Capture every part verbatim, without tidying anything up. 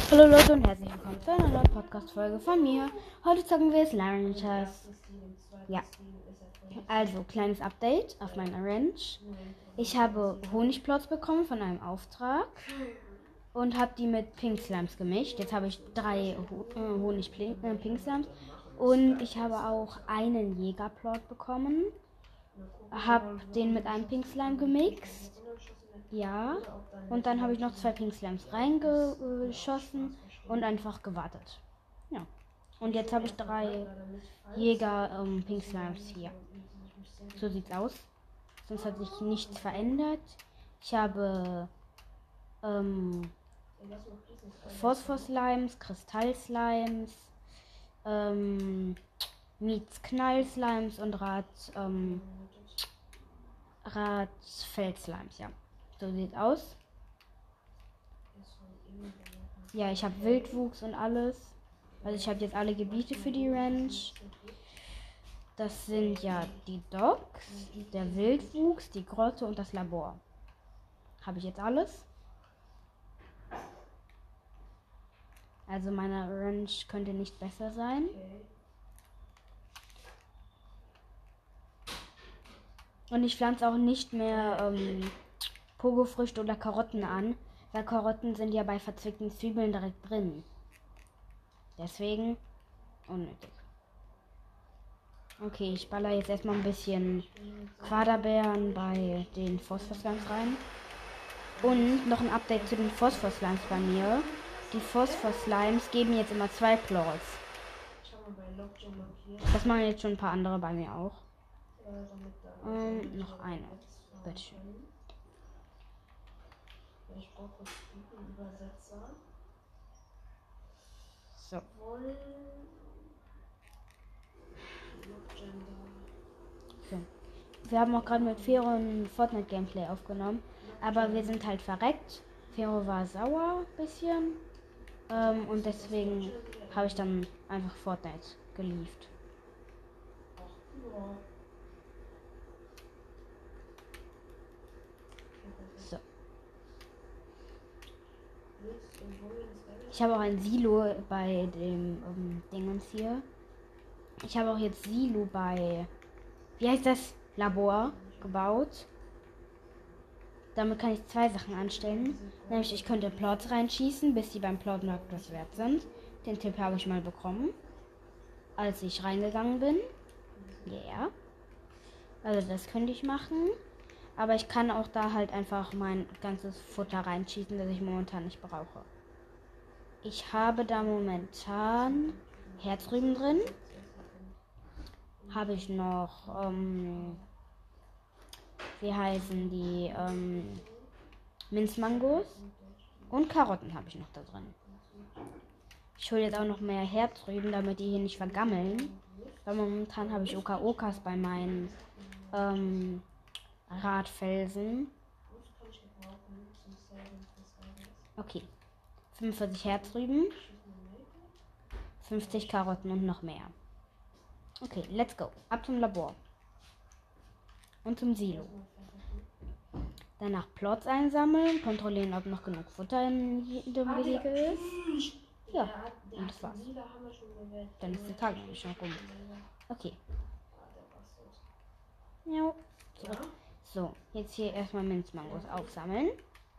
Hallo Leute und herzlich willkommen zu einer neuen Podcast-Folge von mir. Heute zocken wir Slime Ranchers. Ja, also kleines Update auf meiner Ranch. Ich habe Honigplots bekommen von einem Auftrag und habe die mit Pink Slimes gemischt. Jetzt habe ich drei Ho äh, Honig-Pink äh, Pink Slimes und ich habe auch einen Jägerplot bekommen. Habe den mit einem Pink Slime gemixt. Ja, und dann habe ich noch zwei Pink Slimes reingeschossen und einfach gewartet. Ja, und jetzt habe ich drei Jäger ähm, Pink Slimes hier. So sieht's aus. Sonst hat sich nichts verändert. Ich habe ähm, Phosphor-Slimes, Kristall-Slimes, ähm, Mietz-Knall-Slimes und Rad, ähm, Radfeld-Slimes, ja. So sieht's aus. Ja, ich habe Wildwuchs und alles. Also ich habe jetzt alle Gebiete für die Ranch. Das sind ja die Docks, der Wildwuchs, die Grotte und das Labor. Habe ich jetzt alles. Also meine Ranch könnte nicht besser sein. Und ich pflanze auch nicht mehr ähm, Pogofrüchte oder Karotten an, weil Karotten sind ja bei verzwickten Zwiebeln direkt drin. Deswegen unnötig. Okay, ich baller jetzt erstmal ein bisschen Quaderbeeren bei den Phosphor-Slimes rein. Und noch ein Update zu den Phosphor-Slimes bei mir. Die Phosphor-Slimes geben jetzt immer zwei Plots. Das machen jetzt schon ein paar andere bei mir auch. Ähm, noch eine. Bitteschön. So. So. Wir haben auch gerade mit Fero ein Fortnite-Gameplay aufgenommen. Aber wir sind halt verreckt. Fero war sauer ein bisschen. Ähm, und deswegen habe ich dann einfach Fortnite geliefert. So. Ich habe auch ein Silo bei dem ähm, Dingens hier. Ich habe auch jetzt Silo bei, wie heißt das, Labor gebaut. Damit kann ich zwei Sachen anstellen. Nämlich ich könnte Plots reinschießen, bis sie beim Plotmark das wert sind. Den Tipp habe ich mal bekommen, als ich reingegangen bin. Ja. Yeah. Also das könnte ich machen. Aber ich kann auch da halt einfach mein ganzes Futter reinschießen, das ich momentan nicht brauche. Ich habe da momentan Herzrüben drin. Habe ich noch, ähm, wie heißen die, ähm, Minzmangos. Und Karotten habe ich noch da drin. Ich hole jetzt auch noch mehr Herzrüben, damit die hier nicht vergammeln. Weil momentan habe ich Oka-Okas bei meinen ähm, Radfelsen. Okay. fünfundvierzig Herzrüben. fünfzig Karotten und noch mehr. Okay, let's go. Ab zum Labor. Und zum Silo. Danach Plots einsammeln, kontrollieren, ob noch genug Futter in jedem Gehege ist. Ja, und das war's. Dann ist der Tag nämlich schon rum. Okay. Ja, zurück. So, jetzt hier erstmal Minzmangos aufsammeln.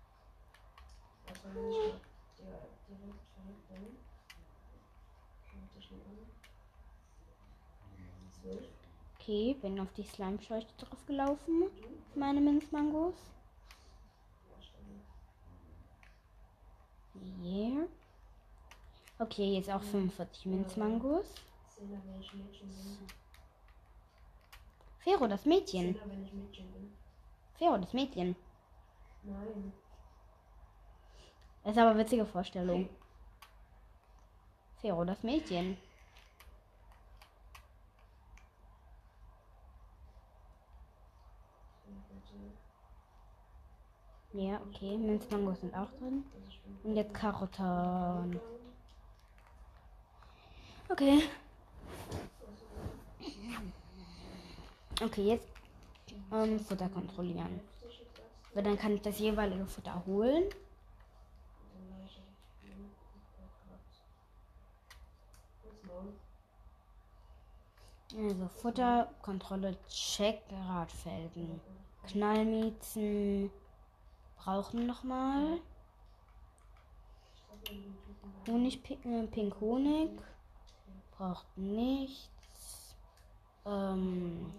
Okay, bin auf die Slime-Scheuche drauf gelaufen. Meine Minzmangos. Yeah. Okay, jetzt auch fünfundvierzig Minzmangos. Fero, das Mädchen. Fero, das Mädchen. Nein. Das ist aber eine witzige Vorstellung. Fero, das Mädchen. Ja, okay. Minzmangos sind auch drin. Und jetzt Karotten. Okay. Okay, jetzt ähm, Futter kontrollieren. Weil dann kann ich das jeweilige Futter holen. Also Futter, Kontrolle, Check, Radfelgen. Knallmiezen brauchen nochmal. Honig, Pink, Pink Honig. Braucht nichts. Ähm,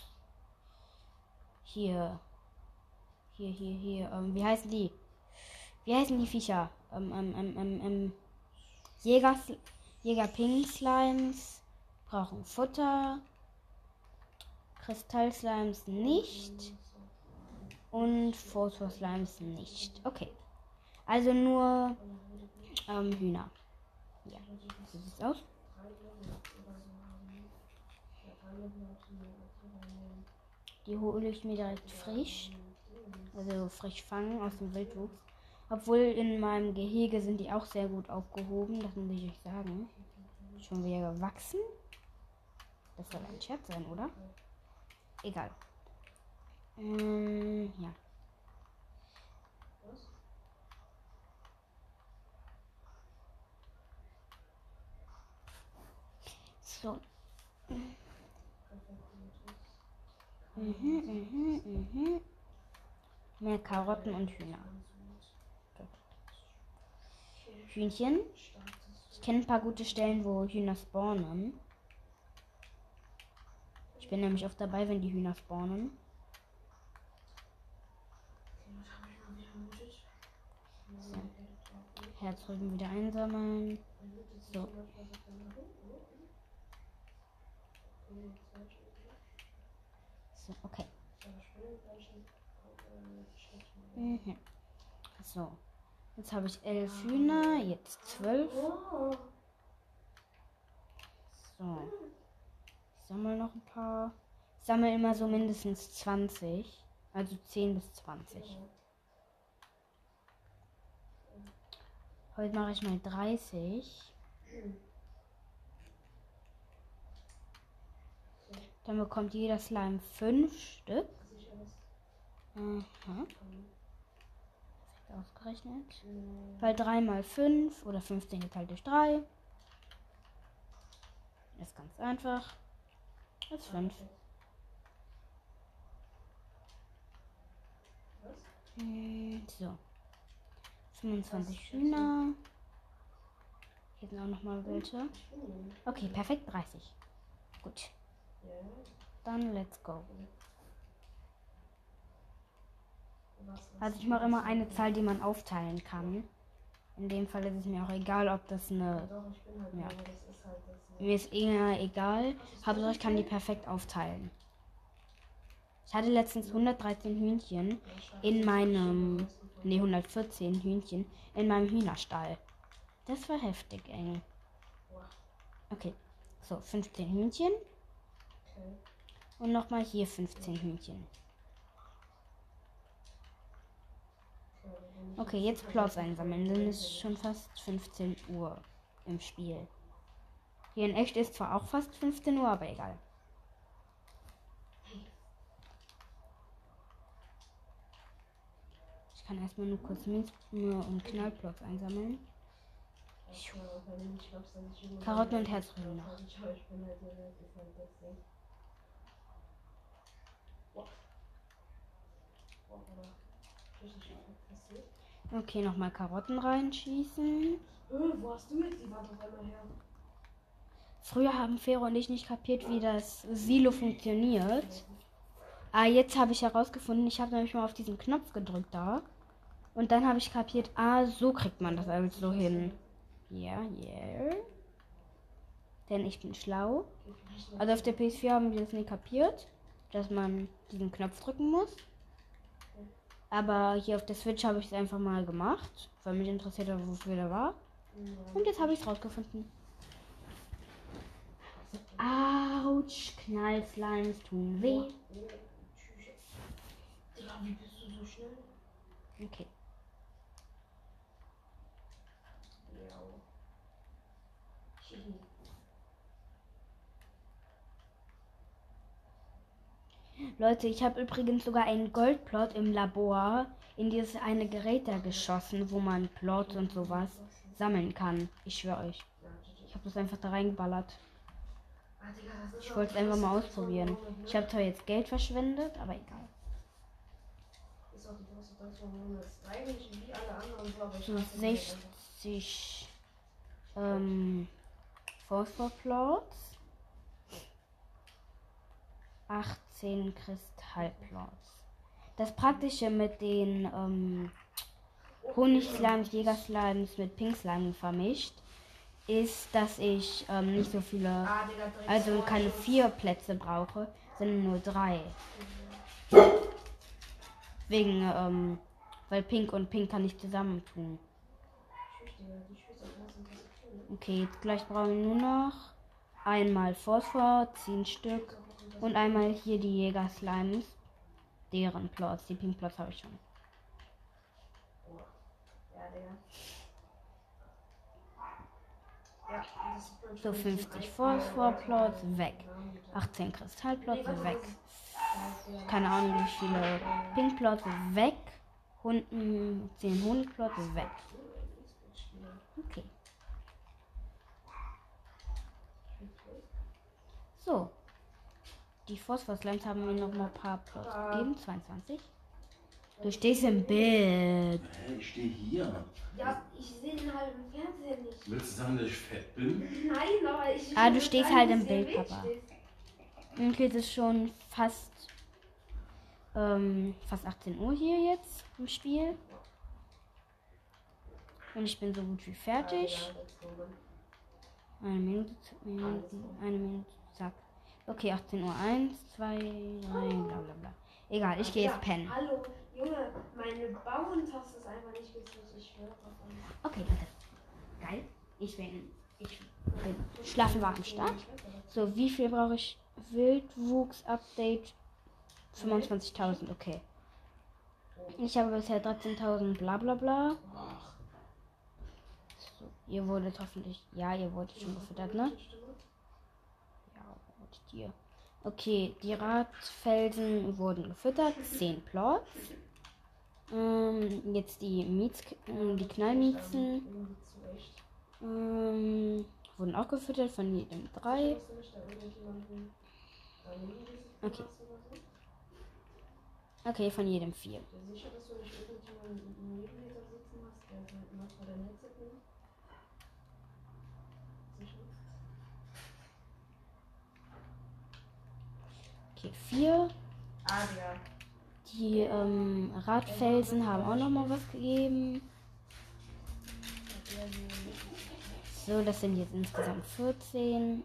hier. Hier, hier, hier. Ähm, wie heißen die? Wie heißen die Viecher? Ähm, ähm, ähm, ähm, ähm. Jäger, Jäger Pink Slimes brauchen Futter. Kristall Slimes nicht. Und Phosphor Slimes nicht. Okay. Also nur ähm, Hühner. Ja, so sieht's aus. Die hole ich mir direkt frisch. Also frisch fangen aus dem Wildwuchs. Obwohl in meinem Gehege sind die auch sehr gut aufgehoben. Das muss ich euch sagen. Schon wieder gewachsen. Das soll ein Scherz sein, oder? Egal. Ähm, ja. So. Mhm, mhm, mhm. Mehr Karotten und Hühner. Hühnchen. Ich kenne ein paar gute Stellen, wo Hühner spawnen. Ich bin nämlich oft dabei, wenn die Hühner spawnen. So. Herzrüben wieder einsammeln. So. So, okay. Mhm. So. Jetzt habe ich elf Hühner, jetzt zwölf. So. Ich sammle noch ein paar. Ich sammle immer so mindestens zwanzig. Also zehn bis zwanzig. Heute mache ich mal dreißig. Dann bekommt jeder Slime fünf Stück. Aha. Ausgerechnet. Weil drei mal fünf oder fünfzehn geteilt durch drei. Ist ganz einfach. Das ist fünf. So. fünfundzwanzig Hühner. Hier sind auch nochmal welche. Okay, perfekt. dreißig. Gut. Dann let's go. Also ich mache immer eine Zahl, die man aufteilen kann. In dem Fall ist es mir auch egal, ob das eine... Ja. Mir ist eher egal. Hauptsache ich kann die perfekt aufteilen. Ich hatte letztens hundertdreizehn Hühnchen in meinem... Ne, hundertvierzehn Hühnchen in meinem Hühnerstall. Das war heftig eng. Okay, so fünfzehn Hühnchen. Und nochmal hier fünfzehn Hühnchen. Okay, jetzt Plots einsammeln, dann ist schon fast fünfzehn Uhr im Spiel. Hier in echt ist zwar auch fast fünfzehn Uhr, aber egal. Ich kann erstmal nur kurz Minz und Knallplots einsammeln. Karotten und Herzrüben noch. Okay, nochmal Karotten reinschießen. Wo hast du jetzt die Wand auf einmal her? Früher haben Fero und ich nicht kapiert, wie das Silo funktioniert. Ah, jetzt habe ich herausgefunden, ich habe nämlich mal auf diesen Knopf gedrückt da. Und dann habe ich kapiert, ah, so kriegt man das also hin. Ja, yeah. Denn ich bin schlau. Also auf der P S vier haben wir das nie kapiert, dass man diesen Knopf drücken muss. Aber hier auf der Switch habe ich es einfach mal gemacht, weil mich interessiert hat, wofür der war. Und jetzt habe ich es rausgefunden. Autsch, Knallslimes tun weh. Digga, wie bist du so schnell? Okay. Leute, ich habe übrigens sogar einen Goldplot im Labor in dieses eine Gerät da geschossen, wo man Plots und sowas sammeln kann. Ich schwöre euch. Ich habe das einfach da reingeballert. Ah, Digga, das ist Ich auch- wollte es einfach mal das ist so ausprobieren. eine- Ich habe zwar jetzt Geld verschwendet, aber egal. Ist auch die Konzentration, das ist eigentlich wie alle anderen so, aber ich So hasse die halt einfach. sechzig ähm, Phosphorplots, achtzehn Kristallplots. Das Praktische mit den ähm, Honigslimes, Jägerslimes mit Pinkslimen vermischt, ist, dass ich ähm, nicht so viele, Ah, Digga, direkt also so keine ein- vier Plätze brauche, sondern nur drei. Wegen, ähm, weil Pink und Pink kann ich zusammentun. Tschüss, Digga, die Schüsse auf Konzentration, ne? Okay, jetzt gleich brauchen wir nur noch einmal Phosphor, zehn Stück. Und einmal hier die Jäger-Slimes. Deren Plots. Die Pink-Plots habe ich schon. Ja, Digga. Ja, das ist schon So schon fünfzig ein- Phosphor-Plots, weg. achtzehn Kristallplots, weg. Keine Ahnung wie viele Pink-Plots, weg. Hunden, zehn Honigplots, weg. Okay. So. Die Phosphor-Slimes haben mir noch mal ein paar Plots gegeben. zweiundzwanzig. Du stehst im Bild. Hä, ich stehe hier. Ja, ich sehe den halt im Fernsehen nicht. Willst du sagen, dass ich fett bin? Nein, aber ich. Ah, ich du will stehst sagen, halt dass im der Bild, Weg Papa. steht. Okay, es ist schon fast, ähm, fast achtzehn Uhr hier jetzt im Spiel. Und ich bin so gut wie fertig. Ja, let's go, Mann. Eine Minute, zwei Minuten, eine Minute, zack. Okay, achtzehn Uhr eins, zwei, drei, bla bla bla. Egal, ich gehe Ja, jetzt pennen. Hallo, Junge, meine Bauen-Taste ist einfach nicht gedrückt. Ich schwöre auf alles. Okay, Leute. Geil. Ich bin, ich bin schlafen war am Start. So, wie viel brauche ich? Wildwuchs-Update fünfundzwanzigtausend, okay. Ich habe bisher dreizehntausend bla bla bla. Ach, So, ihr wurdet hoffentlich, ja, ihr wurdet schon gefüttert, ne? Ja, wurdet ihr. Okay, die Radfelsen wurden gefüttert, zehn Plots. Ähm, jetzt die Miets, äh, die Knallmiezen ähm, wurden auch gefüttert, von jedem drei. Okay. Okay, von jedem vier. Sicher, dass du nicht irgendjemanden neben dir da sitzen hast, der halt manchmal dein Headset nimmt? Sicher? Okay, vier. Ah, Digga. Die ähm, Radfelsen haben auch noch mal was gegeben. So, das sind jetzt insgesamt vierzehn.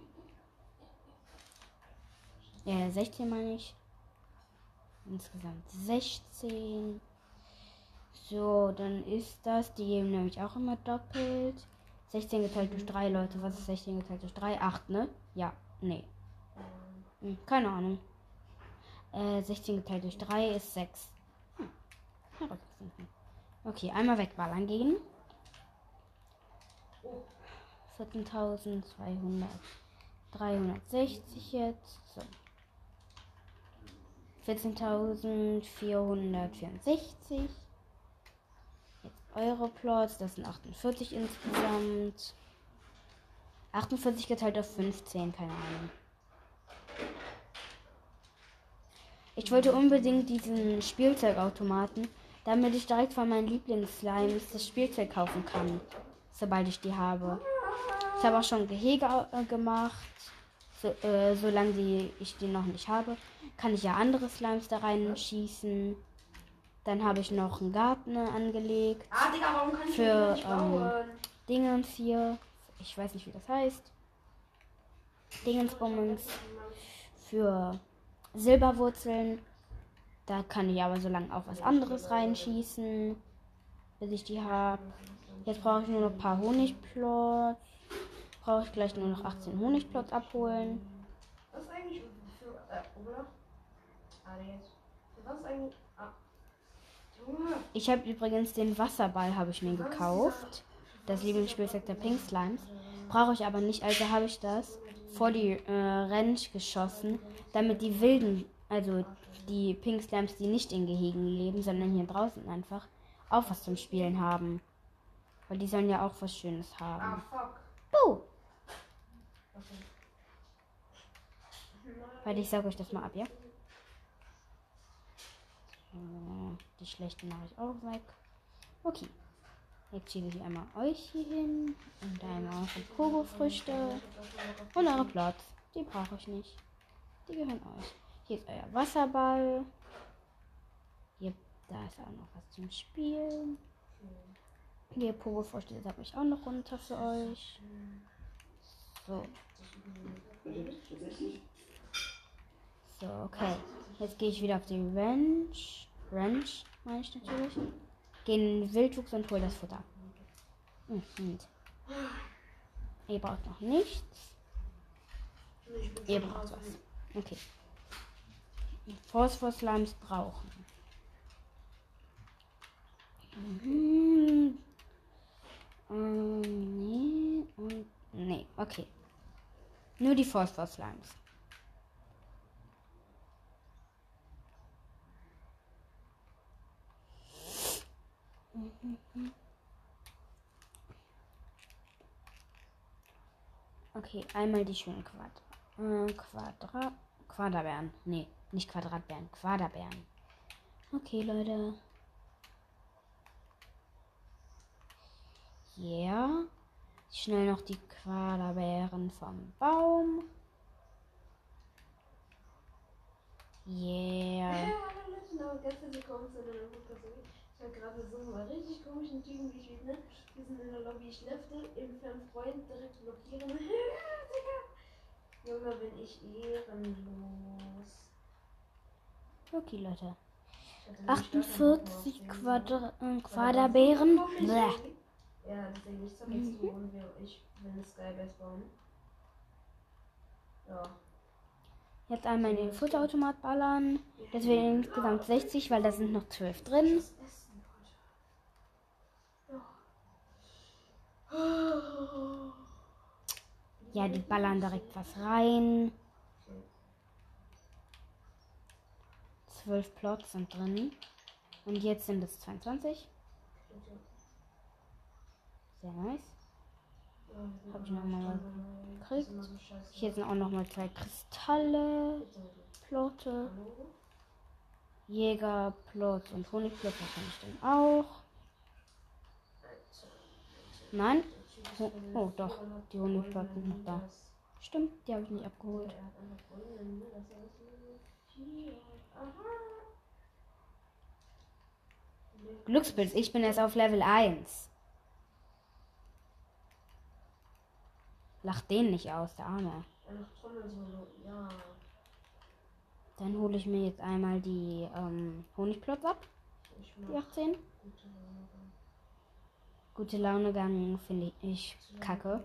Ja, sechzehn meine ich. Insgesamt sechzehn. So, dann ist das. Die geben nämlich auch immer doppelt. sechzehn geteilt durch drei, Leute. Was ist sechzehn geteilt durch drei? acht, ne? Ja, nee. Hm, keine Ahnung. Äh, sechzehn geteilt durch drei ist sechs. Hm. Herausgefunden. Okay, einmal wegballern gehen. vierzehntausendzweihundert. dreihundertsechzig jetzt. So. vierzehntausendvierhundertvierundsechzig. Jetzt Europlots, das sind achtundvierzig insgesamt. achtundvierzig geteilt auf fünfzehn, keine Ahnung. Ich wollte unbedingt diesen Spielzeugautomaten, damit ich direkt von meinen Lieblingsslimes das Spielzeug kaufen kann, sobald ich die habe. Ich habe auch schon Gehege äh, gemacht. So, äh, solange die, ich die noch nicht habe, kann ich ja andere Slimes da reinschießen. Dann habe ich noch einen Garten angelegt. Ah, Digga, warum kann ich Für, das nicht bauen? Dingens hier. Ich weiß nicht, wie das heißt. Dingensbummens. Für Silberwurzeln. Da kann ich aber so lange auch was anderes reinschießen, bis ich die habe. Jetzt brauche ich nur noch ein paar Honigplots. Brauche ich gleich nur noch achtzehn Honigplots abholen. Was ist eigentlich für, äh, oder? Ah, jetzt. Für was eigentlich? Ah. Junge. Ich habe übrigens den Wasserball habe ich mir gekauft. Das Lieblingsspielzeug der Pink Slimes. Brauche ich aber nicht, also habe ich das vor die äh, Ranch geschossen, damit die wilden, also die Pink Slimes, die nicht in Gehegen leben, sondern hier draußen einfach, auch was zum Spielen haben. Weil die sollen ja auch was Schönes Ah, haben. fuck. Buh! Okay. Weil ich sage euch das mal ab, ja? So, die schlechten mache ich auch weg. Okay. Jetzt schiebe ich einmal euch hier hin und einmal eure Pogo-Früchte und eure Platz. Die brauche ich nicht. Die gehören euch. Hier ist euer Wasserball. Hier, da ist auch noch was zum Spielen. Hier, Pogo-Früchte, das habe ich auch noch runter für euch. So. So, okay. Jetzt gehe ich wieder auf die Ranch. Ranch, meine ich natürlich. Gehe in den Wildwuchs und hole das Futter. Mhm. Ihr braucht noch nichts. Ihr braucht was. Okay. Phosphor-Slimes brauchen. Mhm. Ähm, nee und nee. Okay. Nur die Phosphor-Slimes. Okay, einmal die schönen Quadra äh, Quadra Quaderbären. Nee, nicht Quadratbären, Quaderbären. Okay, Leute. Yeah. Schnell noch die Quaderbären vom Baum. Yeah. Ich habe gerade so einen richtig komischen Typen gespielt, ne? Wir sind in der Lobby, ich lefte, entfernt Freund, direkt blockieren. Junge, bin ich ehrenlos. Okay, Leute. Ich hatte nämlich gar keinen Bock mehr auf achtundvierzig den, Quadra äh, weil Quaderbären. das ist so Bäh. komisch. Ja, deswegen ich zock jetzt du und wir, ich will eine Skybase bauen. Ja. Jetzt einmal in den Futterautomat ballern. Deswegen insgesamt sechzig, weil da sind noch zwölf drin. Was essen, Leute? Ja. Ja, die ballern direkt was rein. zwölf Plots sind drin. Und jetzt sind es zweiundzwanzig. Sehr nice. Habe ich nochmal gekriegt. Hier sind auch nochmal zwei Kristalle. Plotte. Jäger, Plot und Honigplot. Was kann ich denn auch? Nein? Oh, oh doch. Die Honigplotten sind noch da. Stimmt, die habe ich nicht abgeholt. Glückspilz, ich bin jetzt auf Level eins. Lach den nicht aus, der Arme. Dann hole ich mir jetzt einmal die ähm, Honigplots ab. Die achtzehn. Gute Laune Gang finde ich kacke.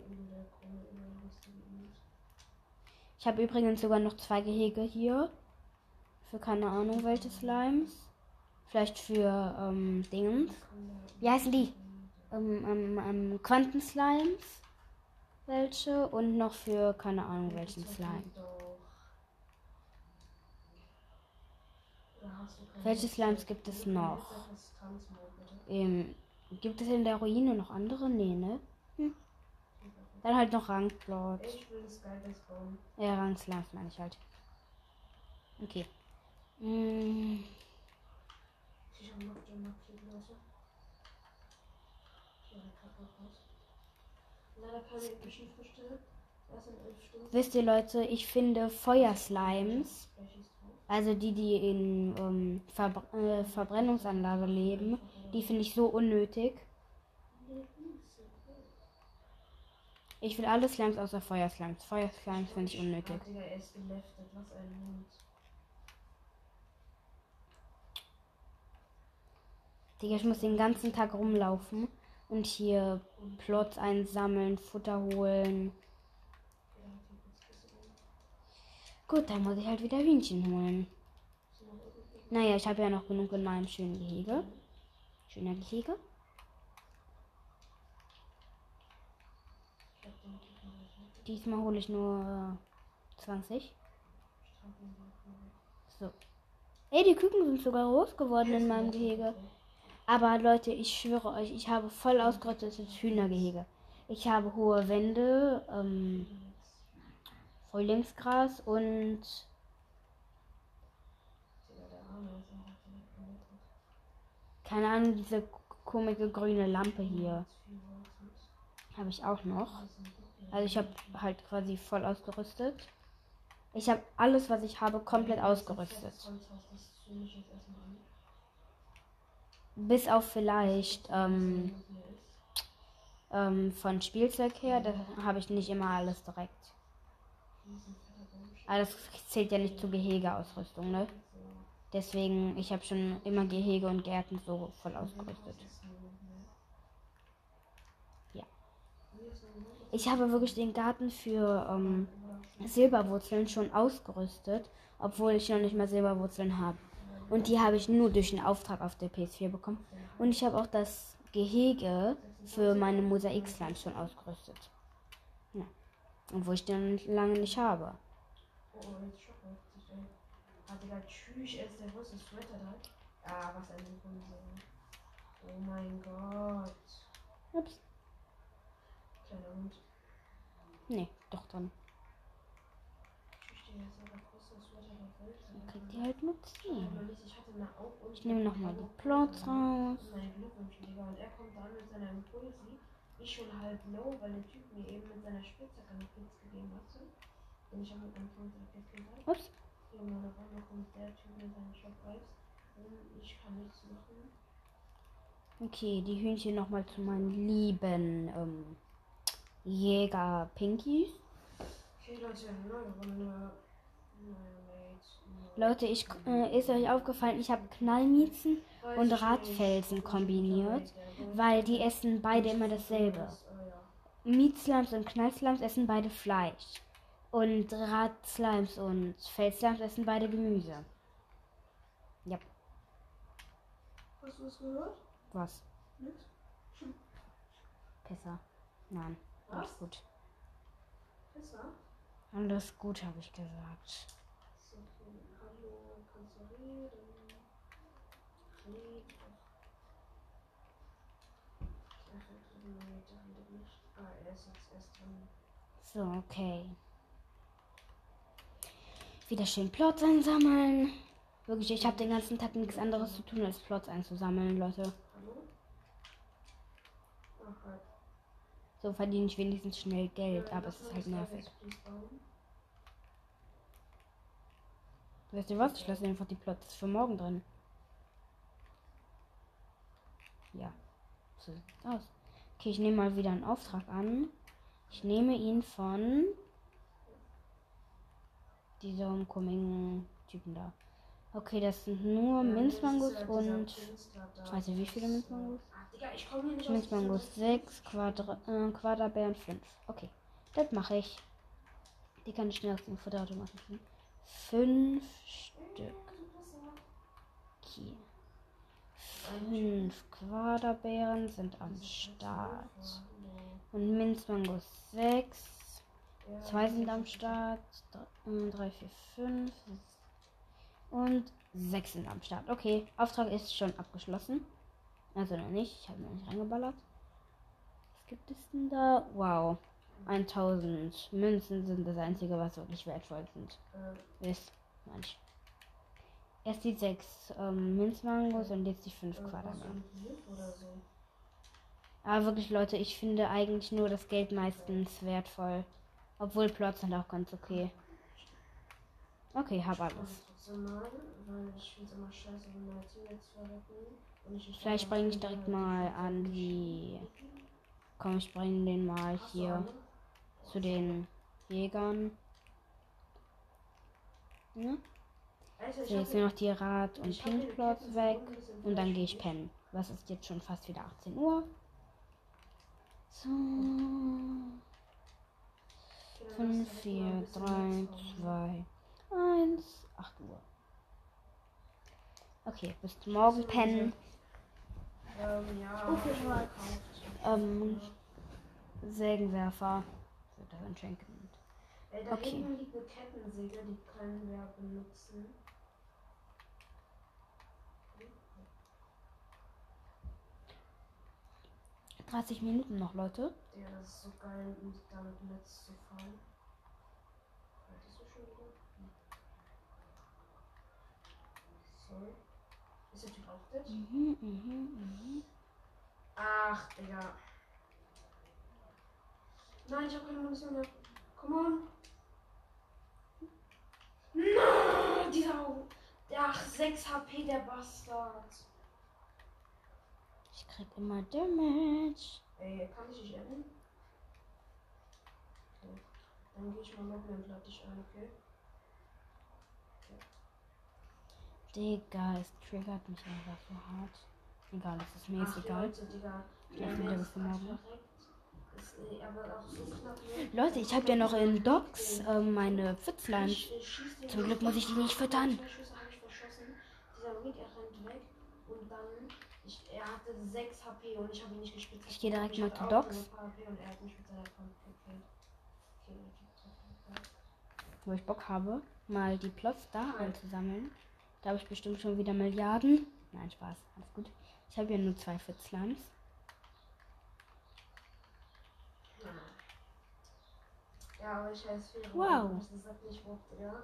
Ich habe übrigens sogar noch zwei Gehege hier. Für keine Ahnung welche Slimes. Vielleicht für ähm, Dingens. Wie heißen die? Ähm, ähm, ähm, Quantenslimes. Welche. Und noch für keine Ahnung welchen Slime. Welche Slimes gibt es noch? Ähm, gibt es in der Ruine noch andere? Nee, ne? Hm. Dann halt noch Rangplot. Ja, Rangslimes meine ich halt. Okay. Hm. Wisst ihr, Leute, ich finde Feuerslimes, also die, die in ähm, Verbr äh, Verbrennungsanlage leben, die finde ich so unnötig. Ich will alle Slimes außer Feuerslimes. Feuerslimes finde ich unnötig. Digga, ich muss den ganzen Tag rumlaufen und hier Plots einsammeln, Futter holen. Gut, dann muss ich halt wieder Hühnchen holen. Naja, ich habe ja noch genug in meinem schönen Gehege. Schöner Gehege. Diesmal hole ich nur zwanzig. So. Ey, die Küken sind sogar groß geworden in meinem Gehege. Aber Leute, ich schwöre euch, ich habe voll ausgerüstetes Hühnergehege. Ich habe hohe Wände, ähm, Frühlingsgras und Digga, der Arme ist einfach direkt gemettet. keine Ahnung, diese komische grüne Lampe hier habe ich auch noch. Also ich habe halt quasi voll ausgerüstet. Ich habe alles, was ich habe, komplett ausgerüstet. Bis auf vielleicht ähm, ähm, von Spielzeug her, da habe ich nicht immer alles direkt. Aber das zählt ja nicht zur Gehegeausrüstung, ne? Deswegen, ich habe schon immer Gehege und Gärten so voll ausgerüstet. Ja. Ich habe wirklich den Garten für ähm, Silberwurzeln schon ausgerüstet, obwohl ich noch nicht mal Silberwurzeln habe. Und die habe ich nur durch einen Auftrag auf der P S vier bekommen. Und ich habe auch das Gehege für meine Mosaik-Slimes schon ausgerüstet. Ja. Obwohl ich den lange nicht habe. Oh, jetzt Schocker. Ah, Digga, tschüss, er ist der große Sweater da. Ah, was ein Impulse. Oh mein Gott. Ups. Kleiner Hund. Nee, doch dann. Tschüss, der ist der große Sweater der Welt. Dann kriegt ihr halt nur zehn. Ich hatte eine Au- und Ich nehme nochmal die Plots raus. meine Glückwünsche, Digga. Und er kommt dann mit seiner Impulsi. Ich schon halb low, weil der Typ mir eben mit seiner Spitzhacke einen Blitz gegeben hatte. Den ich auch mit einem Punkt gekillt habe. Ups. Junge, da vorne kommt der Typ mit seinen Shop-Vibes. Und ich kann nichts machen. Okay, die Hühnchen nochmal zu meinen lieben ähm, Jäger Pinkies. Okay, Leute, neue Runde. Neue Mates. Leute, ich, äh, ist euch aufgefallen, ich habe Knallmiezen und Radfelsen kombiniert, weil die essen beide immer dasselbe. Mietslimes und Knallslimes essen beide Fleisch. Und Radslimes und Felsslimes essen beide Gemüse. Ja. Hast du es gehört? Was? Nix? Pisser. Nein. Alles Was? gut. Besser? Alles gut, habe ich gesagt. So, hallo, kannst du reden? Red doch. Ach, er redet nicht. Ah, er ist jetzt erst dran. So, okay. Wieder schön Plots einsammeln. Wirklich, ich habe den ganzen Tag nichts anderes zu tun, als Plots einzusammeln, Leute. Hallo? Ach, halt. So verdiene ich wenigstens schnell Geld, Äh, aber lass es ist mal halt das nervig. Eis please bauen. Weißt du was? Ich lasse einfach die Plots für morgen drin. Ja, so sieht's aus. Okay, ich nehme mal wieder einen Auftrag an. Ich nehme ihn von diesem komischen Typen da. Okay, das sind nur Ja, Minzmangos das ist ja und dieser Künstler da, ich weiß nicht, wie viele das, Minzmangos. Ach, Digga, ich komm hier nicht Minzmangos aus sechs, Quadra äh, Quaderbären fünf. Okay, das mache ich. Die kann ich schnell aus dem Futterautomaten ziehen. fünf Stück. Okay. Fünf Quaderbären sind am Start. Und Minzmangos sechs. Zwei sind am Start. drei, vier, fünf. Und sechs sind am Start. Okay, Auftrag ist schon abgeschlossen. Also noch nicht. Ich habe noch nicht reingeballert. Was gibt es denn da? Wow. tausend Münzen sind das einzige, was wirklich wertvoll sind. Äh, Ist manch. Erst die sechs ähm, Minzmangos und jetzt die fünf äh, was Quaderner. oder so. Aber wirklich, Leute, ich finde eigentlich nur das Geld meistens wertvoll. Obwohl Plots sind auch ganz okay. Okay, hab alles. Trotzdem mal, weil ich finde es immer scheiße, wenn meine Teammates verrecken. Und ich nicht Vielleicht bringe ich direkt mal an die. Komm, ich bringe den mal Hast du hier alle? zu den Jägern. Ja? Alter, ich So, hab jetzt hier- nur noch die Rad- und ich hab hier eine Pink-Plots Kette weg. verbunden, bisschen Und dann Fleisch gehe ich für pennen. Was ist jetzt schon fast wieder achtzehn Uhr. So. dich. fünf, vier, drei, zwei, eins, acht Uhr. Okay, bis morgen pennen. Ähm, ja. Okay, ich mal. gekauft. Ähm, Sägenwerfer. Wird das anscheinend genannt. Ey, da okay. hinten liegt eine Kettensäge, die können wir benutzen. dreißig Minuten noch, Leute. Ja, das ist so geil, um damit Netz zu fahren. schon wieder? So. Ist der Typ auch das? Mhm, mhm, mhm. Ach, Digga. Nein, ich hab keine Munition mehr. Come on. Nein, dieser Augen. Ach, sechs H P, der Bastard. Ich krieg immer Damage. Ey, kann ich dich enden? Okay. Dann geh ich mal noch mehr und lade dich ein, okay? Digga, es triggert mich einfach so hart. Egal, es ist mir jetzt Ach, egal. Leute, Digga. Ich bin wieder bis morgen. Ist, äh, aber auch so knapp, ne? Leute, ich habe ja noch in Docs ähm, meine Pfützlein. Ich, äh, schieß den Zum Glück muss ich die nicht füttern. Zwei Schüsse habe ich verschossen. Dieser Rick, er rennt weg. Und dann, ich, er hatte sechs H P und ich habe ihn nicht gespitzt. Ich gehe direkt Ich mal hatte zu auch Docs. nur ein paar H P und er hat mich mit seiner Kampf gekillt. Okay, der Typ trifft mich. Wo ich Bock habe, mal die Plots da einzusammeln. Da habe ich bestimmt schon wieder Milliarden. Nein, Spaß, alles gut. Ich habe ja nur zwei Pfützleins. Ja, aber ich heiße Fero. Wow. Das sagt nicht wo, ja.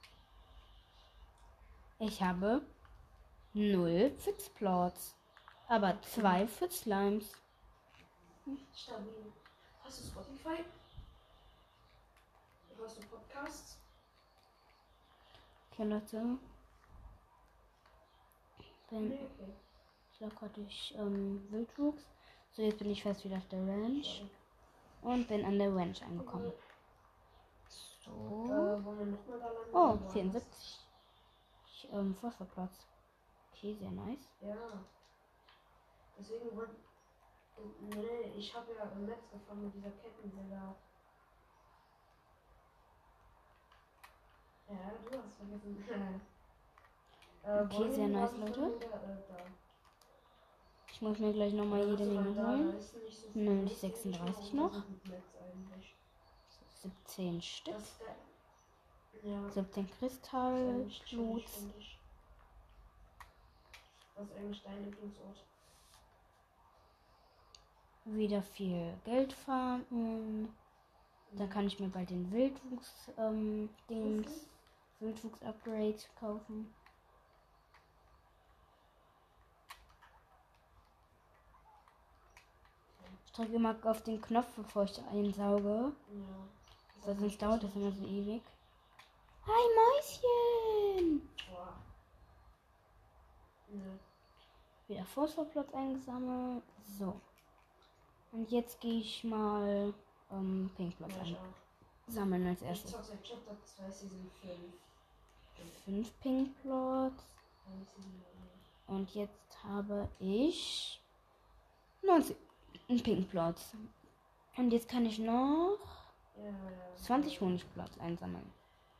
Ich habe null Pfützplots. Aber zwei Pfützleins. Stabil. Hast du Spotify? Hörst du Podcasts? Okay, Leute. Bin, Nee, okay. ich laufe gerade durch ähm, Wildwuchs. So, jetzt bin ich fast wieder auf der Ranch. Und bin an der Ranch angekommen. So. Äh, wollen wir nochmal da landen? Oh, Oder vierundsiebzig. Ich, ähm, Phosphorplatz. Okay, sehr nice. was? Ja. Deswegen wollte. Nee, ich habe ja im Netz gefangen mit dieser Kettensäge. Ja, du hast vergessen. äh, Okay, wollen sehr wir nice, die Leute. von der, äh, da? Ich muss mir gleich nochmal Ja, jede also, Menge weil da- holen. da ist nicht so viel Nämlich los, denke ich mal, sechsunddreißig und noch. das ist mit Netz eigentlich. siebzehn Stück. Das ist geil. Ja. siebzehn Das ist Kristall, eigentlich chillig, Blut. finde ich. Was ist eigentlich dein Lieblingsort? Wieder viel Geld farmen. Dann kann ich mir bald den Wildwuchs ähm, Dings, Wildwuchs Upgrade kaufen. Ich drücke immer auf den Knopf, bevor ich einsauge. Ja. Weil sonst dauert das immer so ewig. Hi Mäuschen! Boah. Ne. Wieder Phosphorplatz eingesammelt. So. Und jetzt gehe ich mal ähm, Pinkplatz Ja, ich auch. einsammeln als Ich erstes. zock seit Chapter zwei Season fünf. Fünf Pinkplots. Eine Season neun. Und jetzt habe ich neunzehn Pinkplots. Und jetzt kann ich noch Ja, ja. zwanzig Honigplots einsammeln.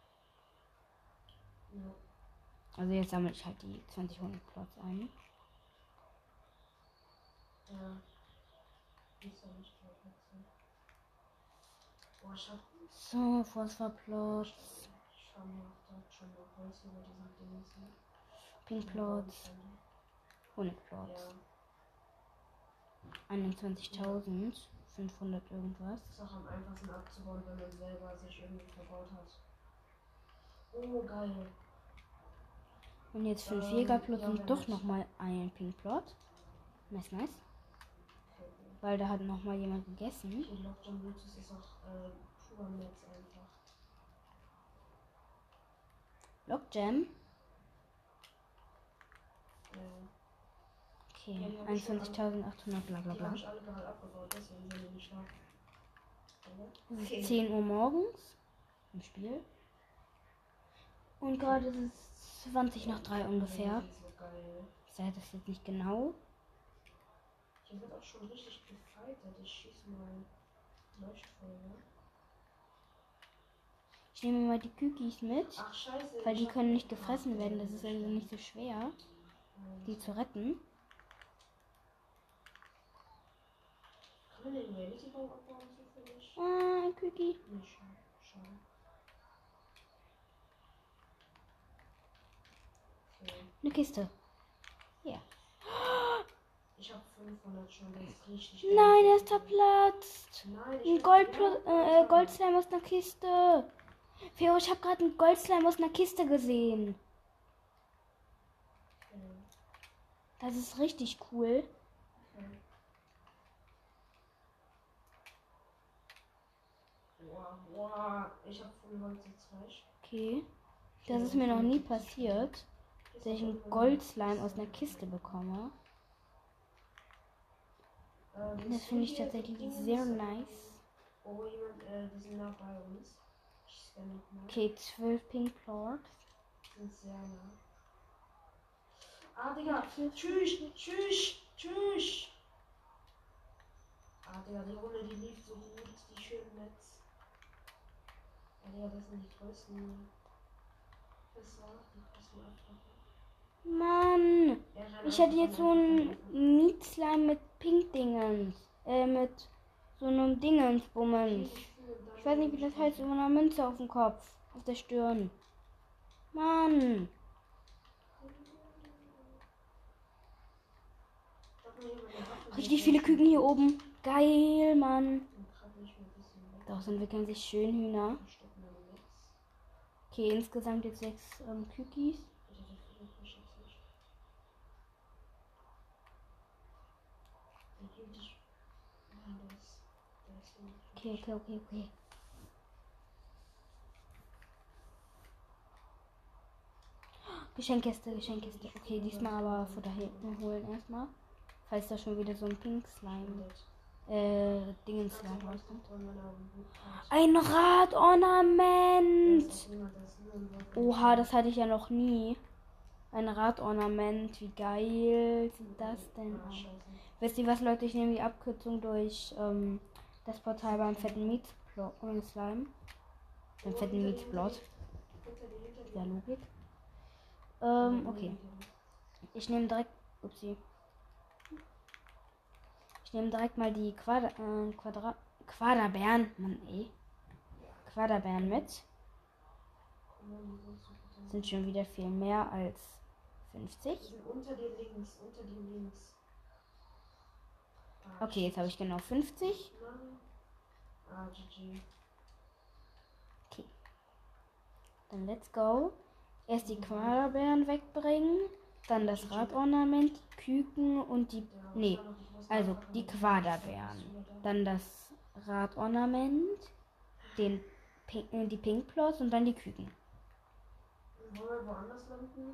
Ja. Also jetzt sammle ich halt die zwanzig Honigplots ein. Ja. Ich soll nicht drauf wechseln. Boah, ich hab. So, Phosphorplots, Ich schau mal, ob da schon noch Holz über diesen Ding sind. Pinkplots, Honigplots. Ja. einundzwanzigtausendfünfhundert irgendwas. Ist auch am einfachsten abzubauen, wenn man selber sich irgendwie verbaut hat. Oh, geil. Und jetzt fünf Ähm, Jägerplots ja, und wenn doch ich- nochmal ein Pinkplot. Nice, nice. Okay. Weil da hat nochmal jemand gegessen. Die Lockdown Bluetooth ist auch äh, pur am Netz einfach. Lockjam. Äh, Okay, Ja, die hab ich schon einundzwanzigtausendachthundert bla bla die bla. habe ich alle gerade abgebaut, deswegen sind die nicht stark. Oder? Es ist zehn Uhr morgens im Spiel. Und gerade ist es zwanzig nach drei ungefähr. Das ist so geil. Ich sage das jetzt nicht genau. Hier wird auch schon richtig gefightet. Ich schieße mal Leuchtfeuer. Ich nehme mal die Cookies mit, Ach, scheiße. weil ich die hab- können nicht gefressen Ach, werden. der Das ist will also nicht nicht so schwer, sterben. die zu retten. Kann man den Reality-Baum abbauen zufällig? Ah, ein Cookie. Nee, schade. Schade. Okay. Eine Kiste. Ja. Ich hab fünfhundert schon, das ist richtig. Nein, er geil. ist zerplatzt. Nein, ich Ein will- Goldplo ja, äh, Goldslime aus einer Kiste. Theo, ich habe gerade einen Goldslime aus einer Kiste gesehen. Okay. Das ist richtig cool. Okay. Boah, boah. Ich hab voll Holz jetzt Fleisch. Okay. Das ist mir noch nie passiert, dass ich einen Goldslime aus einer Kiste bekomme. Das finde ich tatsächlich sehr nice. Oh, jemand, äh, die sind nah bei uns. Ich scanne nochmal. Okay, zwölf Pink Plorts. Sind sehr nah. Ah, Digga. Tschüss, tschüss, tschüss. Ah, Digga, die Runde, die lief so gut. Die schönen Netz. Ja, Digga, das sind die größten. Das war die größten Abfragen. Mann! Ich hätte jetzt so einen Mietslime mit Pink-Dingens. Äh, mit so einem Dingensbummens. Ich weiß nicht, wie das heißt, so einer Münze auf dem Kopf. Auf der Stirn. Mann! Richtig viele Küken hier oben. Geil, Mann. Daraus entwickeln sich Schönhühner. Okay, insgesamt jetzt sechs ähm, Kükis. Okay, okay, okay, okay. Geschenkkiste, Geschenkkiste. Okay, diesmal aber Futter hinten holen erstmal. Falls da schon wieder so ein Pink Slime, äh, Dingenslime rauskommt. Ein Radornament! Oha, das hatte ich ja noch nie. Ein Radornament, wie geil sieht das denn aus? Wisst ihr was, Leute? Ich nehme die Abkürzung durch ähm, das Portal beim fetten Mietsplot ohne Slime. Beim fetten Mietsplot. Ja, Logik. Ähm, okay. Ich nehme direkt. Upsi. Ich nehme direkt mal die Quader, äh, Quadra, Quaderbären. Mann, ey. Quaderbären mit. Sind schon wieder viel mehr als fünfzig. Sind unter dir links, unter dir links. Okay, jetzt habe ich genau fünfzig. Ah, G G. Okay. Dann let's go. Erst die Quaderbären wegbringen, dann das Radornament, Küken und die... Nee, also die Quaderbären. Dann das Radornament, den Pink, äh, die Pinkplots und dann die Küken. Wollen wir woanders landen?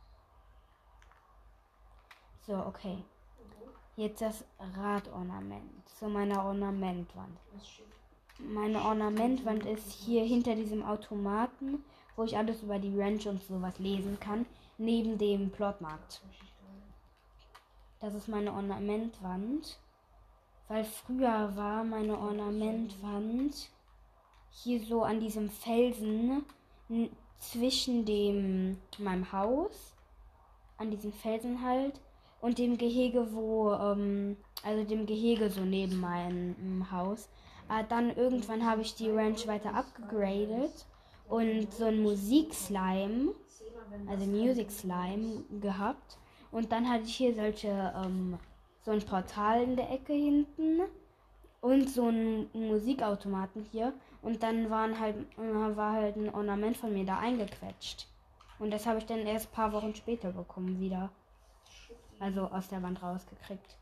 So, okay. Jetzt das Radornament zu meiner Ornamentwand. Meine Ornamentwand ist hier hinter diesem Automaten, wo ich alles über die Ranch und sowas lesen kann, neben dem Plotmarkt. Das ist meine Ornamentwand, weil früher war meine Ornamentwand hier so an diesem Felsen n- zwischen dem meinem Haus, an diesem Felsen halt, und dem Gehege, wo, ähm, also dem Gehege so neben meinem Haus. Aber dann irgendwann habe ich die Ranch weiter abgegradet und so ein Musikslime, also Music Slime gehabt. Und dann hatte ich hier solche, ähm, so ein Portal in der Ecke hinten und so einen Musikautomaten hier. Und dann waren halt, äh, war halt ein Ornament von mir da eingequetscht. Und das habe ich dann erst ein paar Wochen später bekommen wieder. Also aus der Wand rausgekriegt.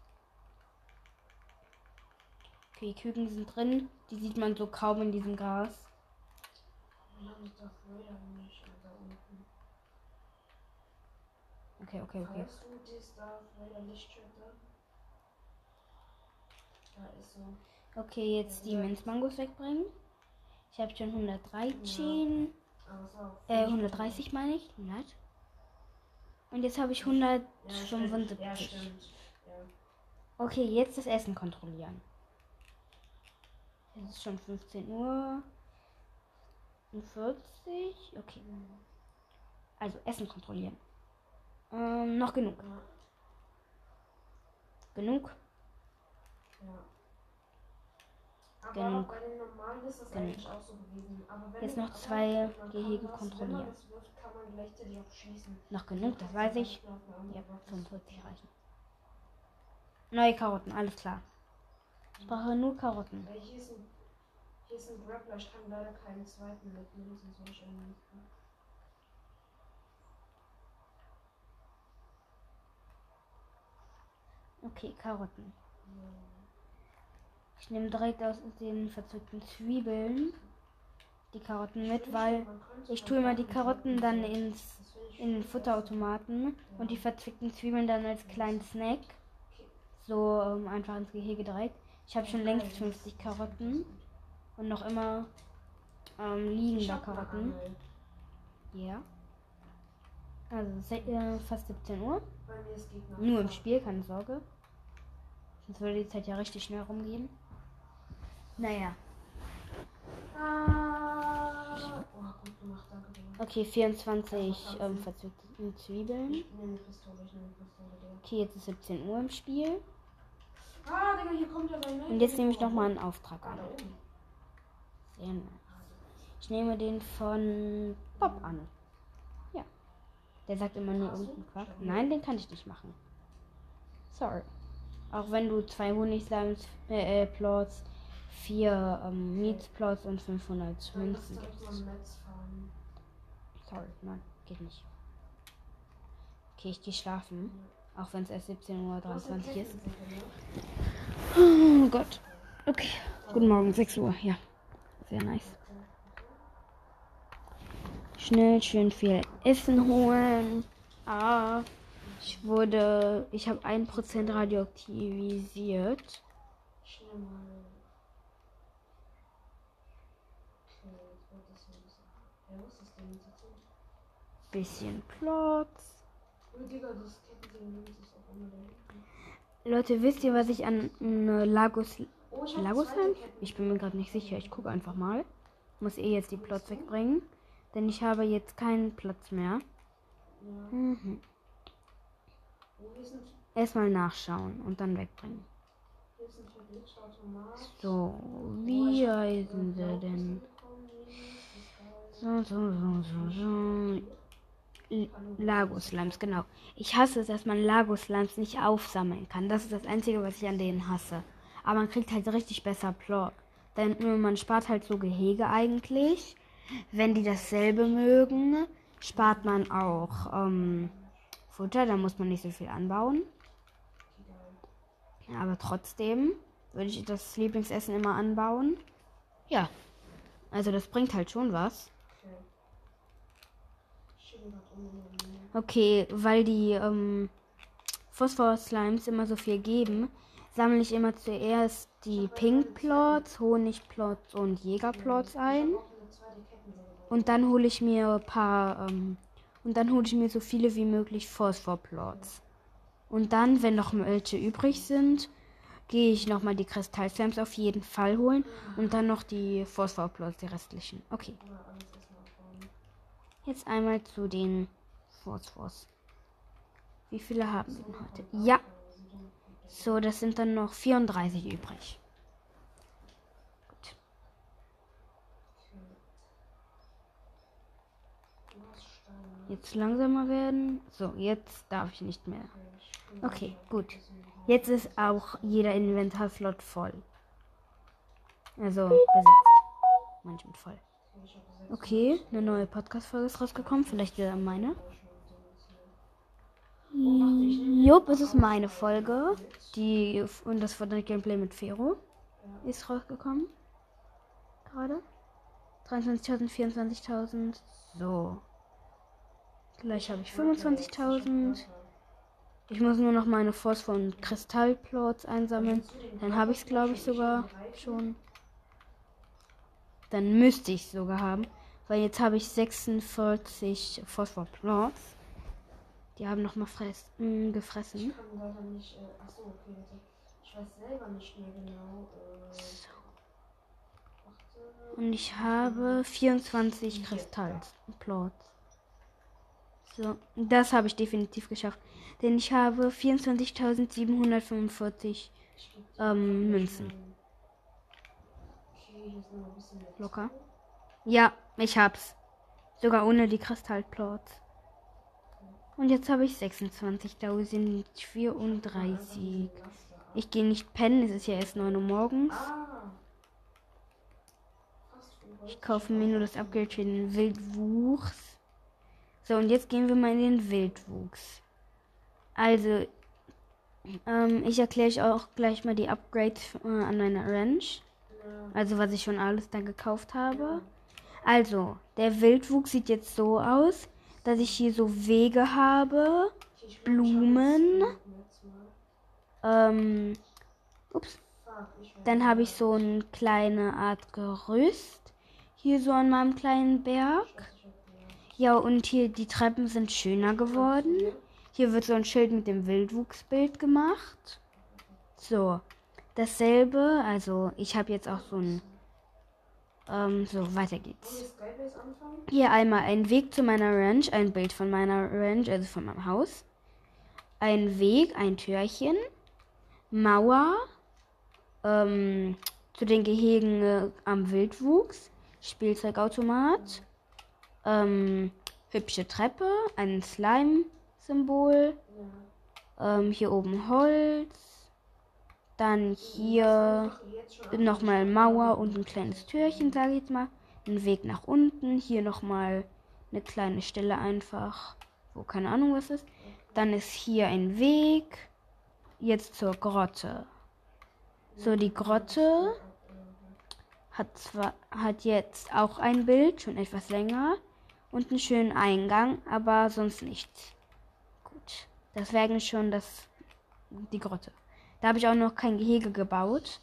Okay, Küken sind drin. Die sieht man so kaum in diesem Gras. Okay, okay, okay. Weißt du, die ist da, leider Lichtschalter. Da ist so. Okay, jetzt die Minzmangos wegbringen. Ich habe schon hundertdreizehn. Aber es war auch Äh, hundertdreißig meine ich. hundert. Und jetzt habe ich hundertfünfundsiebzig. Ja, stimmt. Ja. Okay, jetzt das Essen kontrollieren. Es ist schon fünfzehn Uhr vierzig. Okay. Also Essen kontrollieren. Ähm, noch genug. Ja. Genug. Ja. Aber Genug. bei den normalen ist das Genug. eigentlich auch so gewesen. Aber wenn Jetzt du- noch aber zwei man kann Gehege das- kontrollieren. Wenn man das wirft, kann man gleichzeitig auch schießen. Noch genug, das weiß ich. Auf eine andere Ja, Waffe. fünfundvierzig reichen. Neue Karotten, alles klar. Ich brauche nur Karotten. Weil hier ist ein Hier ist ein Grappler, ich kann leider keinen zweiten mitnehmen, sonst würde ich einen mitnehmen. Okay, Karotten. Ich nehme direkt aus den verzückten Zwiebeln die Karotten mit, weil ich tue immer die Karotten dann ins in den Futterautomaten und die verzwickten Zwiebeln dann als kleinen Snack so ähm, einfach ins Gehege direkt. Ich habe schon längst fünfzig Karotten und noch immer ähm, liegen da Karotten. Ja. Also äh, fast siebzehn Uhr. Nur im Spiel, keine Sorge. Sonst würde die Zeit ja richtig schnell rumgehen. Naja. Okay, vierundzwanzig ähm, verzwickte Zwiebeln. Okay, jetzt ist siebzehn Uhr im Spiel. Und jetzt nehme ich nochmal einen Auftrag an. Sehr nice. Ich nehme den von Bob an. Ja. Der sagt immer nur irgendeinen Quack. Nein, den kann ich nicht machen. Sorry. Auch wenn du zwei Honigslimes, äh, äh, Plots, vier ähm, Meats-Plots und fünfhundert Münzen gibst. Sorry, nein, geht nicht. Okay, ich gehe schlafen. Auch wenn es erst siebzehn Uhr dreiundzwanzig ist. Oh Gott. Okay. Guten Morgen, sechs Uhr. Ja. Sehr nice. Schnell schön viel Essen holen. Ah. Ich wurde. Ich habe ein Prozent radioaktivisiert. Bisschen Plots. Leute, wisst ihr, was ich an äh, Lagos Lagos habe? Ich bin mir gerade nicht sicher. Ich gucke einfach mal. Muss eh jetzt die Plots wegbringen, denn ich habe jetzt keinen Platz mehr. Mhm. Erstmal nachschauen und dann wegbringen. So, wie heißen sie denn? So, so, so, so, so. Lagos-Slimes, genau. Ich hasse es, dass man Lagos-Slimes nicht aufsammeln kann. Das ist das Einzige, was ich an denen hasse. Aber man kriegt halt richtig besser Plot. Denn man spart halt so Gehege eigentlich. Wenn die dasselbe mögen, spart man auch ähm, Futter. Da muss man nicht so viel anbauen. Aber trotzdem würde ich das Lieblingsessen immer anbauen. Ja, also das bringt halt schon was. Okay, weil die ähm, Phosphor-Slimes immer so viel geben, sammle ich immer zuerst die Pink-Plots, Honig-Plots und Jäger-Plots ein. Und dann hole ich mir ein paar, ähm, und dann hole ich mir so viele wie möglich Phosphor-Plots. Und dann, wenn noch welche übrig sind, gehe ich nochmal die Kristall-Slimes auf jeden Fall holen und dann noch die Phosphor-Plots, die restlichen. Okay. Jetzt einmal zu den Phosphors. Wie viele haben wir denn heute? Ja. So, das sind dann noch vierunddreißig übrig. Gut. Jetzt langsamer werden. So, jetzt darf ich nicht mehr. Okay, gut. Jetzt ist auch jeder Inventarslot voll. Also besetzt. Manchmal voll. Okay, eine neue Podcast-Folge ist rausgekommen. Vielleicht wieder meine. Jupp, es ist meine Folge. Die und das Fortnite-Gameplay mit Fero ist rausgekommen. Gerade. dreiundzwanzigtausend, vierundzwanzigtausend. So. Gleich habe ich fünfundzwanzigtausend. Ich muss nur noch meine Phosphor- und Kristallplots einsammeln. Dann habe ich es, glaube ich, sogar schon. Dann müsste ich es sogar haben. Weil jetzt habe ich sechsundvierzig Phosphor-Plots. Die haben noch mal fress, mh, gefressen. Ich kann leider nicht. Äh, achso, okay. Ich weiß selber nicht mehr genau. Äh, so. Und ich habe vierundzwanzig Kristallplots. So, das habe ich definitiv geschafft. Denn ich habe vierundzwanzigtausendsiebenhundertfünfundvierzig ähm, Münzen. Locker. Ja, ich hab's. Sogar ohne die Kristallplots. Und jetzt habe ich sechsundzwanzigtausendvierunddreißig. Ich gehe nicht pennen, es ist ja erst neun Uhr morgens. Ich kaufe mir nur das Upgrade für den Wildwuchs. So, und jetzt gehen wir mal in den Wildwuchs. Also, ähm, ich erkläre euch auch gleich mal die Upgrades äh, an meiner Ranch. Also, was ich schon alles da gekauft habe. Also, der Wildwuchs sieht jetzt so aus, dass ich hier so Wege habe, Blumen, ähm, ups, dann habe ich so eine kleine Art Gerüst, hier so an meinem kleinen Berg. Ja, und hier die Treppen sind schöner geworden. Hier wird so ein Schild mit dem Wildwuchsbild gemacht. So, dasselbe, also ich habe jetzt auch so ein, ähm, so, weiter geht's. Hier einmal ein Weg zu meiner Ranch, ein Bild von meiner Ranch, also von meinem Haus. Ein Weg, ein Türchen, Mauer, ähm, zu den Gehegen äh, am Wildwuchs, Spielzeugautomat, ähm, hübsche Treppe, ein Slime-Symbol, ähm, hier oben Holz, dann hier nochmal Mauer und ein kleines Türchen, sage ich jetzt mal, ein Weg nach unten, hier nochmal eine kleine Stelle einfach, wo keine Ahnung was ist. Dann ist hier ein Weg, jetzt zur Grotte. So, die Grotte hat zwar hat jetzt auch ein Bild, schon etwas länger, und einen schönen Eingang, aber sonst nichts. Gut, das wäre eigentlich schon das, die Grotte. Da habe ich auch noch kein Gehege gebaut.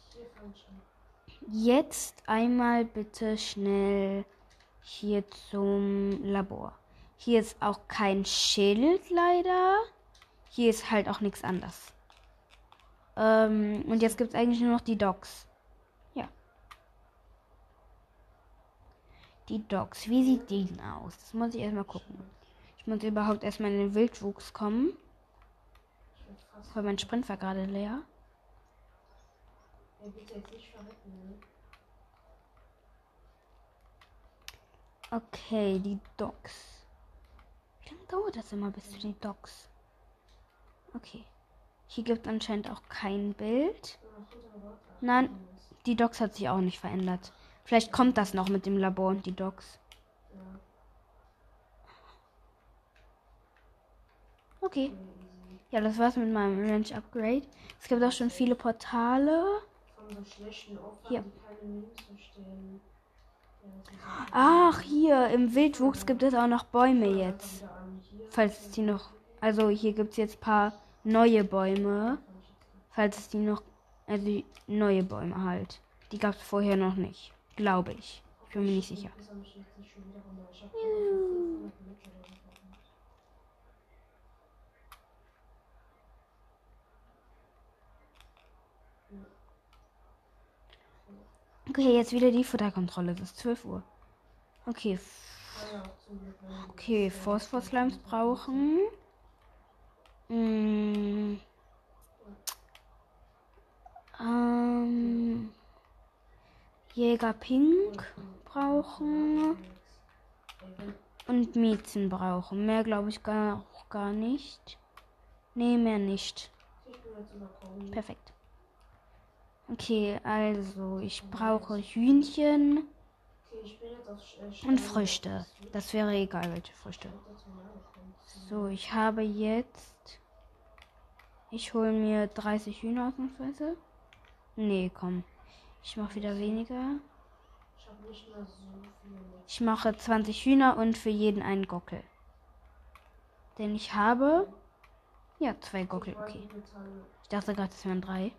Jetzt einmal bitte schnell hier zum Labor. Hier ist auch kein Schild leider. Hier ist halt auch nichts anderes. Ähm, und jetzt gibt es eigentlich nur noch die Docks. Ja. Die Docks. Wie sieht die denn aus? Das muss ich erstmal gucken. Ich muss überhaupt erstmal in den Wildwuchs kommen. Weil mein Sprint war gerade leer. Okay, die Docks. Wie lange dauert das immer bis zu den Docks? Okay. Hier gibt es anscheinend auch kein Bild. Nein, die Docks hat sich auch nicht verändert. Vielleicht kommt das noch mit dem Labor und die Docks. Okay. Ja, das war's mit meinem Ranch Upgrade. Es gibt auch schon viele Portale. Hier. Ach, hier im Wildwuchs gibt es auch noch Bäume jetzt. Falls es die noch... Also hier gibt es jetzt ein paar neue Bäume. Falls es die noch... Also neue Bäume halt. Die gab es vorher noch nicht. Glaube ich. Ich bin mir nicht sicher. Okay, jetzt wieder die Futterkontrolle. Es ist zwölf Uhr. Okay. Okay, Phosphor-Slimes brauchen. Mm. Ähm. Jäger Pink brauchen. Und Miezen brauchen. Mehr glaube ich gar, gar nicht. Nee, mehr nicht. Perfekt. Okay, also ich brauche Hühnchen und Früchte. Das wäre egal, welche Früchte. So, ich habe jetzt... Ich hole mir dreißig Hühner ausnahmsweise. Nee, komm. Ich mache wieder weniger. Ich mache zwanzig Hühner und für jeden einen Gockel. Denn ich habe... Ja, zwei Gockel, okay. Ich dachte gerade, es wären drei.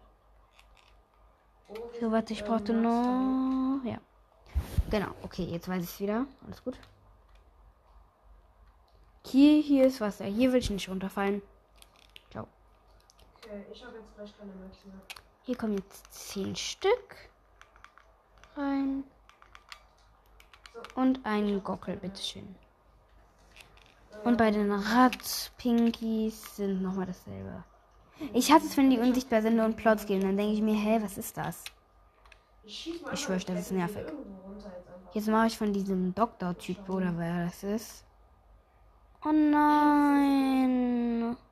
So, warte, ich brauchte noch... Ja. Genau, okay, jetzt weiß ich es wieder. Alles gut. Hier, hier ist Wasser. Hier will ich nicht runterfallen. Ciao. Okay, ich habe jetzt gleich keine Max mehr. Hier kommen jetzt zehn Stück rein. Und ein Gockel, bitteschön. Und bei den Rad-Pinkies sind nochmal dasselbe. Ich hasse es, wenn die unsichtbar sind und Plots geben. Dann denke ich mir, hä, was ist das? Ich schwöre, das ist nervig. Jetzt mache ich von diesem Doktor-Typ, oder wer das ist. Oh nein.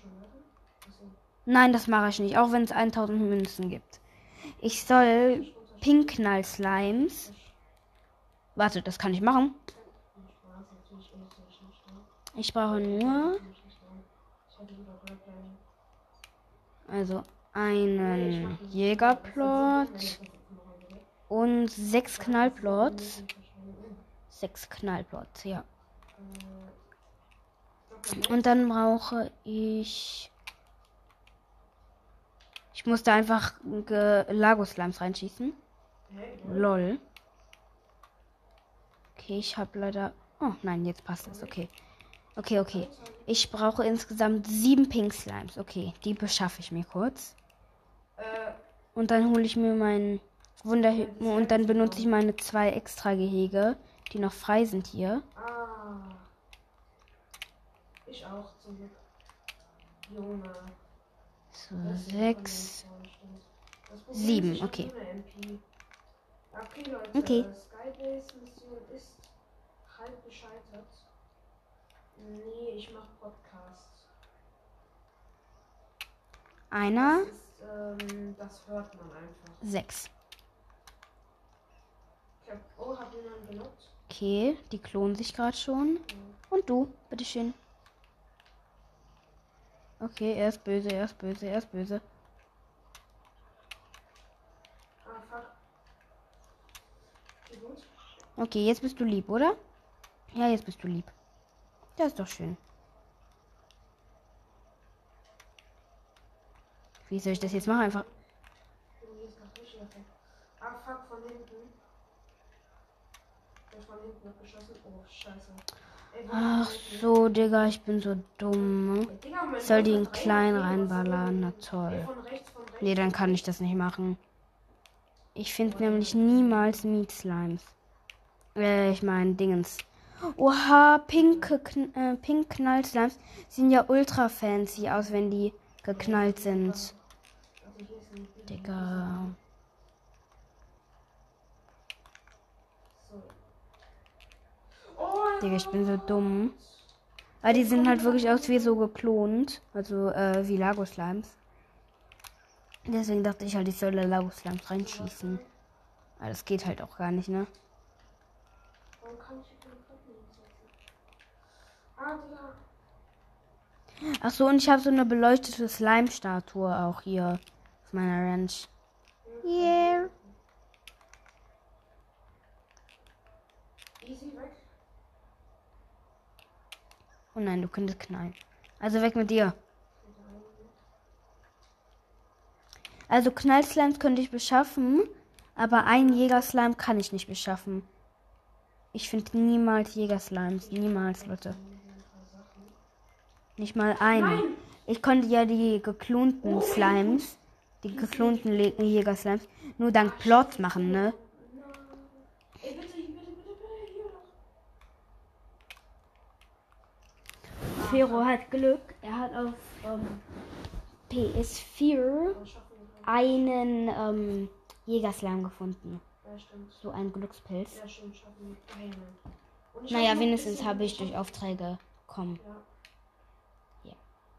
Nein, das mache ich nicht, auch wenn es tausend Münzen gibt. Ich soll Pink-Knall-Slimes. Warte, das kann ich machen. Ich brauche nur... Also einen Jägerplot und sechs Knallplots. Sechs Knallplots, ja. Und dann brauche ich... Ich musste einfach Lago-Slimes reinschießen. Lol. Okay, ich habe leider... Oh nein, jetzt passt es. Okay. Okay, okay. Ich brauche insgesamt sieben Pink Slimes. Okay, die beschaffe ich mir kurz. Und dann hole ich mir meinen Wunder... Und dann benutze ich meine zwei extra Gehege, die noch frei sind hier. Ah. Ich auch zum Glück. Junge. So, sechs, sieben, okay. Okay, Leute, Okay. Skybase-Mission ist halb gescheitert. Nee, ich mach Podcasts. Einer, Das, ist, ähm, das hört man einfach. sechs. Okay. Oh, hab jemand genutzt? Okay, die klonen sich gerade schon. Und du, bitteschön. Okay, er ist böse, er ist böse, er ist böse. Ah, fuck. Wie gut? Okay, jetzt bist du lieb, oder? Ja, jetzt bist du lieb. Das ist doch schön. Wie soll ich das jetzt machen? Einfach. Junge, hier ist grad richtig was weg. Ah, fuck, von hinten. Der ist von hinten abgeschossen. Oh, scheiße. Ey, wo Ach ist der? so, Digga, ich bin so dumm. Ey, Digga, mein Ich soll Gott, die hat in drei klein H P, was reinballern. Na Ey, toll. von rechts, von rechts. Nee, dann kann ich das nicht machen. Ich finde nämlich niemals Meat Slimes. Äh, ich meine Dingens. Oha, pinke, Kn äh, Pink Knall Slimes sehen ja ultra fancy aus, wenn die geknallt sind. Also hier ist ein Digga. So. Oh, Digga, ich bin so dumm. Aber die sehen halt wirklich aus wie so geklont. Also, äh, wie Lago Slimes. Deswegen dachte ich halt, ich soll Lago Slimes reinschießen. Aber das geht halt auch gar nicht, ne? warum kann ich hier keine Platten hinsetzen? Ah, Digga. Ach so, und ich habe so eine beleuchtete Slime-Statue auch hier auf meiner Ranch. Yeah. Easy weg. Oh nein, du könntest knallen. Also weg mit dir. Also Knallslimes könnte ich beschaffen, aber einen Jägerslime kann ich nicht beschaffen. Ich finde niemals Jägerslimes. Niemals, Leute. Nicht mal einen. Ich konnte ja die geklonten Slimes, die geklonten Le- Jägerslimes, nur dank Plots machen, ne? Ey, bitte, bitte, bitte, bitte, hier noch. Fero hat Glück. Er hat auf ähm, P S vier einen ähm, Jägerslime gefunden. Ja, stimmt. So ein Glückspilz. Ja, stimmt, schaffen wir. Eine. Und ich Naja, hab noch ein wenigstens bisschen habe ich geschafft. durch Aufträge bekommen. Ja. Ja.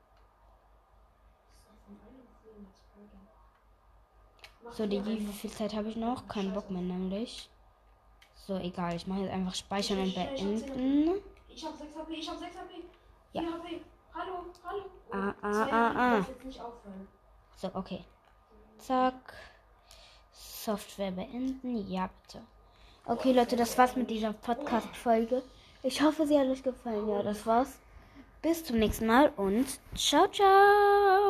So, die, wie viel Zeit habe ich noch? Keinen Bock mehr nämlich. So, egal. Ich mache jetzt einfach speichern und beenden. Ich hab sechs H P, ich hab sechs H P. Ja. vier H P. Hallo, hallo. Ah, ah, Zwei ah, H P, ah. darf jetzt nicht aufhören. So, okay. Zack. Software beenden. Ja, bitte. Okay, Leute, das war's mit dieser Podcast-Folge. Ich hoffe, sie hat euch gefallen. Ja, das war's. Bis zum nächsten Mal und ciao, ciao.